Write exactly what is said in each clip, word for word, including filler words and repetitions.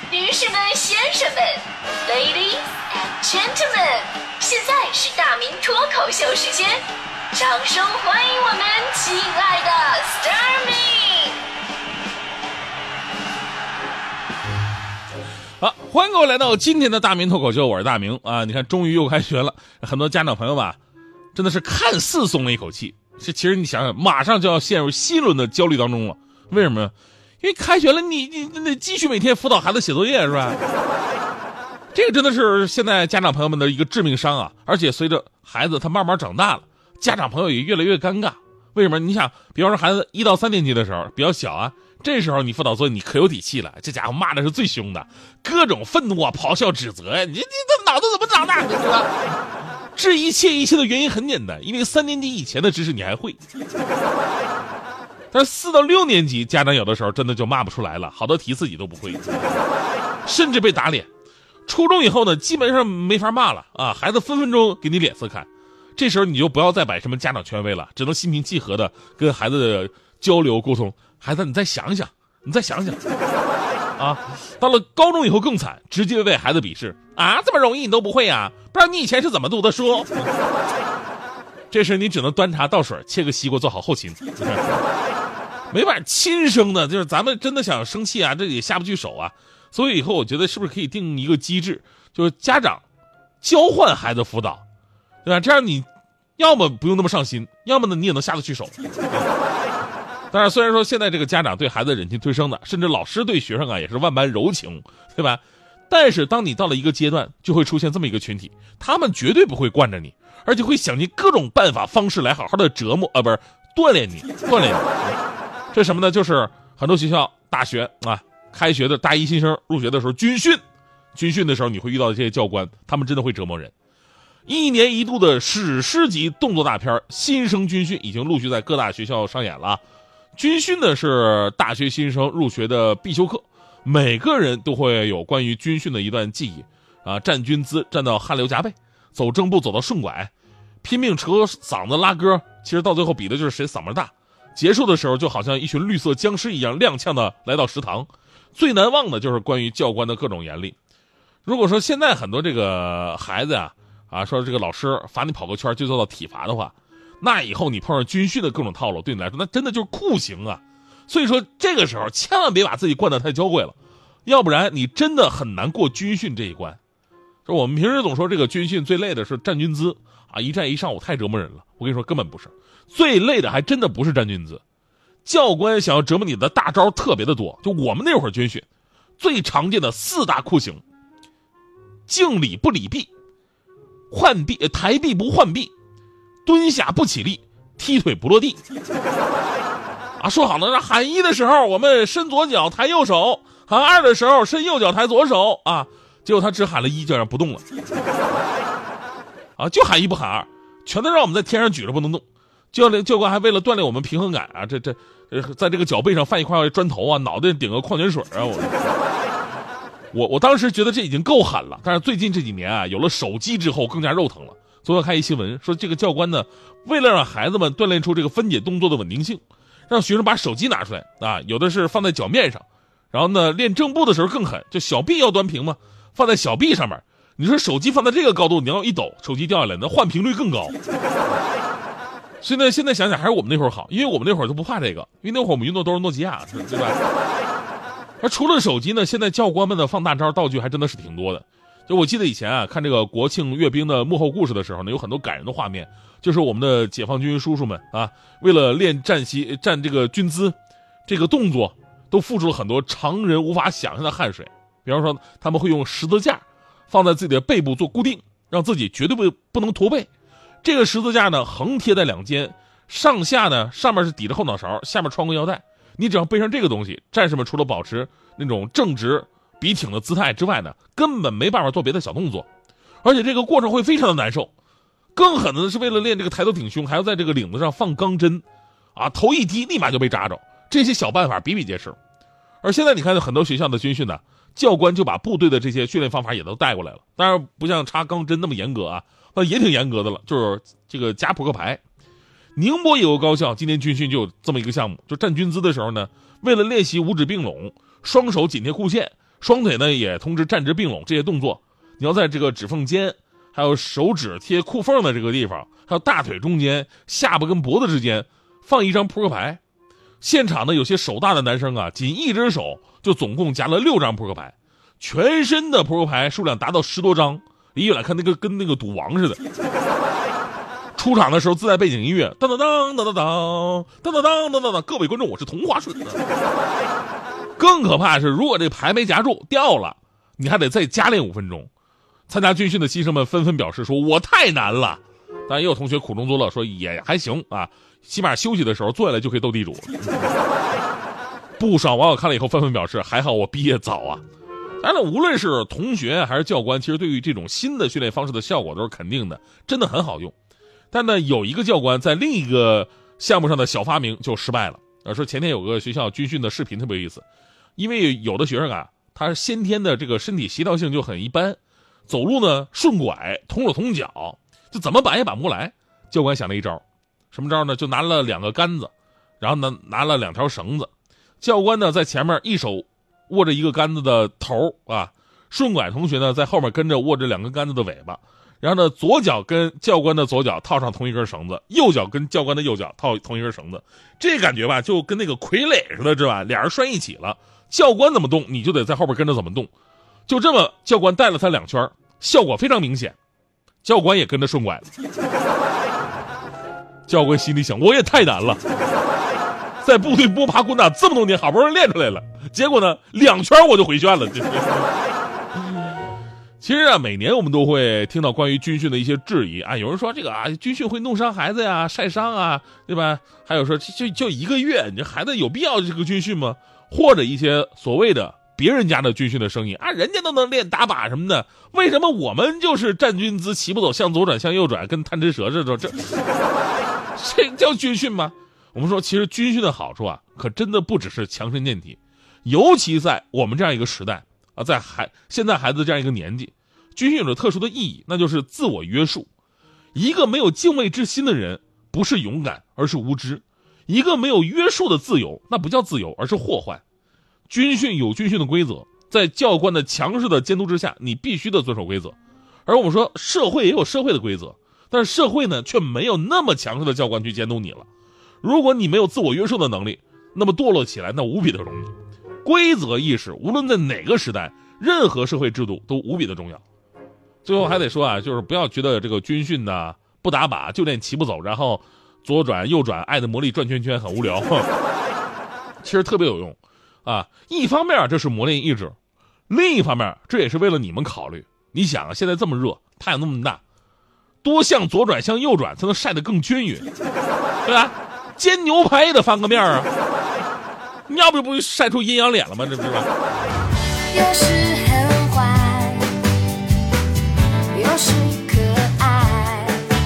女士们、先生们 ，Ladies and Gentlemen， 现在是大明脱口秀时间，掌声欢迎我们亲爱的 Starmin。 好，欢迎各位来到今天的大明脱口秀，我是大明啊！你看，终于又开学了，很多家长朋友吧，真的是看似松了一口气，是其实你想想，马上就要陷入新一轮的焦虑当中了。为什么呢？因为开学了，你你你得继续每天辅导孩子写作业，是吧？这个真的是现在家长朋友们的一个致命伤啊！而且随着孩子他慢慢长大了，家长朋友也越来越尴尬。为什么？你想，比方说孩子一到三年级的时候比较小啊，这时候你辅导作业你可有底气了，这家伙骂的是最凶的，各种愤怒啊、咆哮、指责呀，你你这脑子怎么长的？对吧？这一切一切的原因很简单，因为三年级以前的知识你还会。但是四到六年级，家长有的时候真的就骂不出来了，好多题自己都不会，甚至被打脸。初中以后呢，基本上没法骂了啊，孩子分分钟给你脸色看。这时候你就不要再摆什么家长权威了，只能心平气和的跟孩子交流沟通。孩子，你再想想，你再想想，啊，到了高中以后更惨，直接被孩子鄙视啊，这么容易你都不会啊？不知道你以前是怎么读的书？这时你只能端茶倒水，切个西瓜做好后勤。没办法，亲生的，就是咱们真的想生气啊，这也下不去手啊。所以以后我觉得是不是可以定一个机制，就是家长交换孩子辅导，对吧？这样你要么不用那么上心，要么呢你也能下得去手。当然，虽然说现在这个家长对孩子忍气吞声的，甚至老师对学生啊也是万般柔情，对吧？但是当你到了一个阶段，就会出现这么一个群体，他们绝对不会惯着你，而且会想尽各种办法方式来好好的折磨啊，不是锻炼你，锻炼你。这什么呢？就是很多学校大学啊，开学的大一新生入学的时候军训，军训的时候你会遇到这些教官，他们真的会折磨人。一年一度的史诗级动作大片新生军训已经陆续在各大学校上演了。军训呢是大学新生入学的必修课，每个人都会有关于军训的一段记忆啊，站军姿站到汗流浃背，走正步走到顺拐，拼命扯嗓子拉歌，其实到最后比的就是谁嗓门大。结束的时候就好像一群绿色僵尸一样踉跄的来到食堂。最难忘的就是关于教官的各种严厉。如果说现在很多这个孩子啊啊说这个老师罚你跑个圈就做到体罚的话，那以后你碰上军训的各种套路，对你来说那真的就是酷刑啊。所以说这个时候千万别把自己惯得太娇贵了，要不然你真的很难过军训这一关。就我们平时总说这个军训最累的是站军姿啊，一站一上午太折磨人了。我跟你说根本不是，最累的还真的不是站军姿。教官想要折磨你的大招特别的多，就我们那会儿军训最常见的四大酷刑：敬礼不礼毕，换臂抬臂不换臂，蹲下不起立，踢腿不落地。啊，说好了，喊一的时候我们伸左脚抬右手，喊二的时候伸右脚抬左手啊，结果他只喊了一，就让不动了。啊，就喊一不喊二，全都让我们在天上举着不能动。教练教官还为了锻炼我们平衡感啊，这这在这个脚背上放一块砖头啊，脑袋顶个矿泉水啊，我我我当时觉得这已经够狠了，但是最近这几年啊，有了手机之后更加肉疼了。昨天看一新闻说，这个教官呢，为了让孩子们锻炼出这个分解动作的稳定性，让学生把手机拿出来啊，有的是放在脚面上，然后呢练正步的时候更狠，就小臂要端平嘛，放在小臂上面。你说手机放在这个高度，你要一抖，手机掉下来，那换频率更高。所以呢，现在想想还是我们那会儿好，因为我们那会儿都不怕这个，因为那会儿我们用的都是诺基亚，对吧？而除了手机呢，现在教官们的放大招道具还真的是挺多的。就我记得以前啊，看这个国庆阅兵的幕后故事的时候呢，有很多感人的画面，就是我们的解放军叔叔们啊，为了练站席站这个军姿，这个动作都付出了很多常人无法想象的汗水。比方说，他们会用十字架放在自己的背部做固定，让自己绝对不不能驼背。这个十字架呢，横贴在两肩，上下呢，上面是抵着后脑勺，下面穿个腰带。你只要背上这个东西，战士们除了保持那种正直笔挺的姿态之外呢，根本没办法做别的小动作，而且这个过程会非常的难受。更狠的是，为了练这个抬头挺胸，还要在这个领子上放钢针，啊，头一低立马就被扎着。这些小办法比比皆是。而现在你看很多学校的军训呢，教官就把部队的这些训练方法也都带过来了，当然不像插钢针那么严格啊。那也挺严格的了，就是这个加扑克牌。宁波有个高校今年军训就有这么一个项目，就站军姿的时候呢，为了练习五指并拢，双手紧贴裤线， 双腿呢也通知站直并拢，这些动作你要在这个指缝间，还有手指贴裤缝的这个地方，还有大腿中间、下巴跟脖子之间放一张扑克牌。现场呢有些手大的男生啊，仅一只手就总共夹了六张扑克牌，全身的扑克牌数量达到十多张，离远来看那个跟那个赌王似的。出场的时候自带背景音乐，当当当当当当当当当当当当，各位观众，我是同花顺。更可怕的是，如果这牌没夹住掉了，你还得再加练五分钟。参加军训的新生们纷纷表示说：“我太难了。”当然也有同学苦中作乐，说也还行啊，起码休息的时候坐下来就可以斗地主了。不少网友看了以后纷纷表示：“还好我毕业早啊。”当然了，无论是同学还是教官，其实对于这种新的训练方式的效果都是肯定的，真的很好用。但呢，有一个教官在另一个项目上的小发明就失败了。呃，说前天有个学校军训的视频特别有意思，因为有的学生啊，他先天的这个身体协调性就很一般，走路呢顺拐，同手同脚，就怎么摆也摆不过来。教官想了一招，什么招呢？就拿了两个杆子，然后呢拿了两条绳子，教官呢在前面一手握着一个杆子的头啊，顺拐同学呢在后面跟着握着两根杆子的尾巴。然后呢，左脚跟教官的左脚套上同一根绳子，右脚跟教官的右脚套同一根绳子，这感觉吧，就跟那个傀儡似的，知道吧？俩人拴一起了，教官怎么动，你就得在后边跟着怎么动。就这么，教官带了他两圈，效果非常明显，教官也跟着顺拐了。教官心里想，我也太难了，在部队摸爬滚打这么多年，好不容易练出来了，结果呢，两圈我就回旋了。其实啊，每年我们都会听到关于军训的一些质疑啊，有人说这个啊，军训会弄伤孩子呀，晒伤啊，对吧？还有说就就一个月，你这孩子有必要这个军训吗？或者一些所谓的别人家的军训的声音啊，人家都能练打靶什么的，为什么我们就是站军姿齐步走，向左转向右转，跟贪吃蛇似的？这这叫军训吗？我们说，其实军训的好处啊，可真的不只是强身健体，尤其在我们这样一个时代。啊，在孩现在孩子这样一个年纪，军训有着特殊的意义，那就是自我约束。一个没有敬畏之心的人，不是勇敢，而是无知；一个没有约束的自由，那不叫自由，而是祸患。军训有军训的规则，在教官的强势的监督之下，你必须得遵守规则。而我们说，社会也有社会的规则，但是社会呢，却没有那么强势的教官去监督你了。如果你没有自我约束的能力，那么堕落起来那无比的容易。规则意识无论在哪个时代，任何社会制度都无比的重要。最后还得说啊，就是不要觉得这个军训呢不打靶就练齐步走，然后左转右转爱的魔力转圈圈很无聊。其实特别有用啊，一方面这是磨练意志，另一方面这也是为了你们考虑。你想啊，现在这么热，太阳那么大，多向左转向右转才能晒得更均匀，对吧？煎牛排也得翻个面啊，你要不不晒出阴阳脸了吗？这不是吧？ 有时很坏，有时可爱，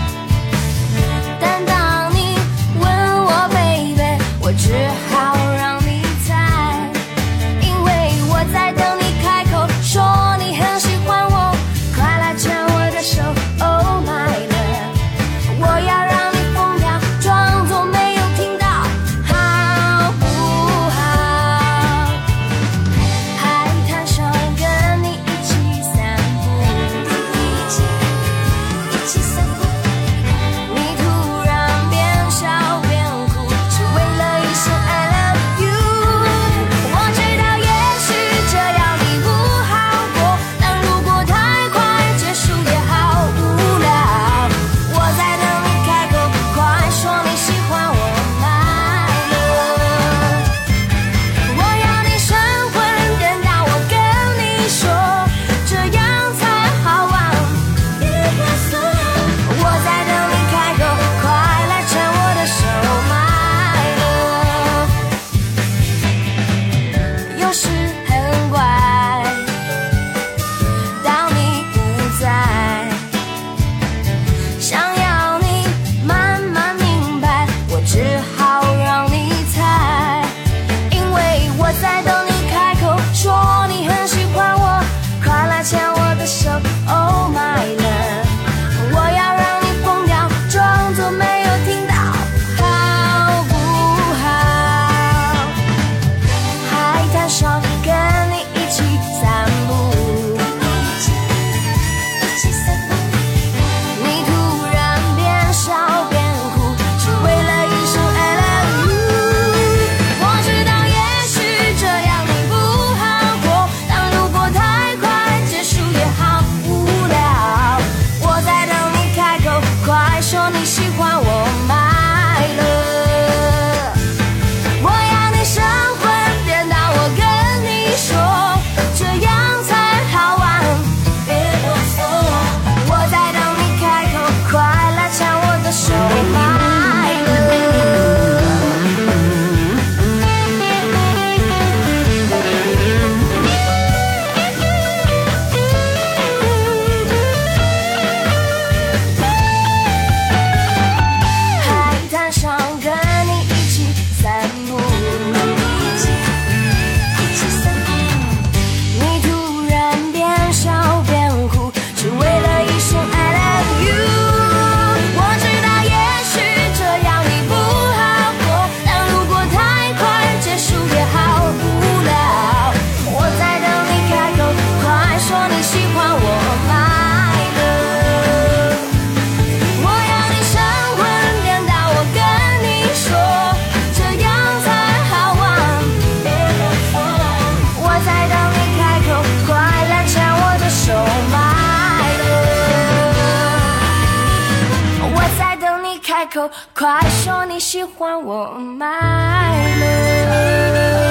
但当你问我 baby， 我只好让你猜，因为我在等你开口说你很喜欢我，快来牵我的手 Oh my love， 我要让你疯掉，装作没有听到，好不好？还口，快说你喜欢我， My love。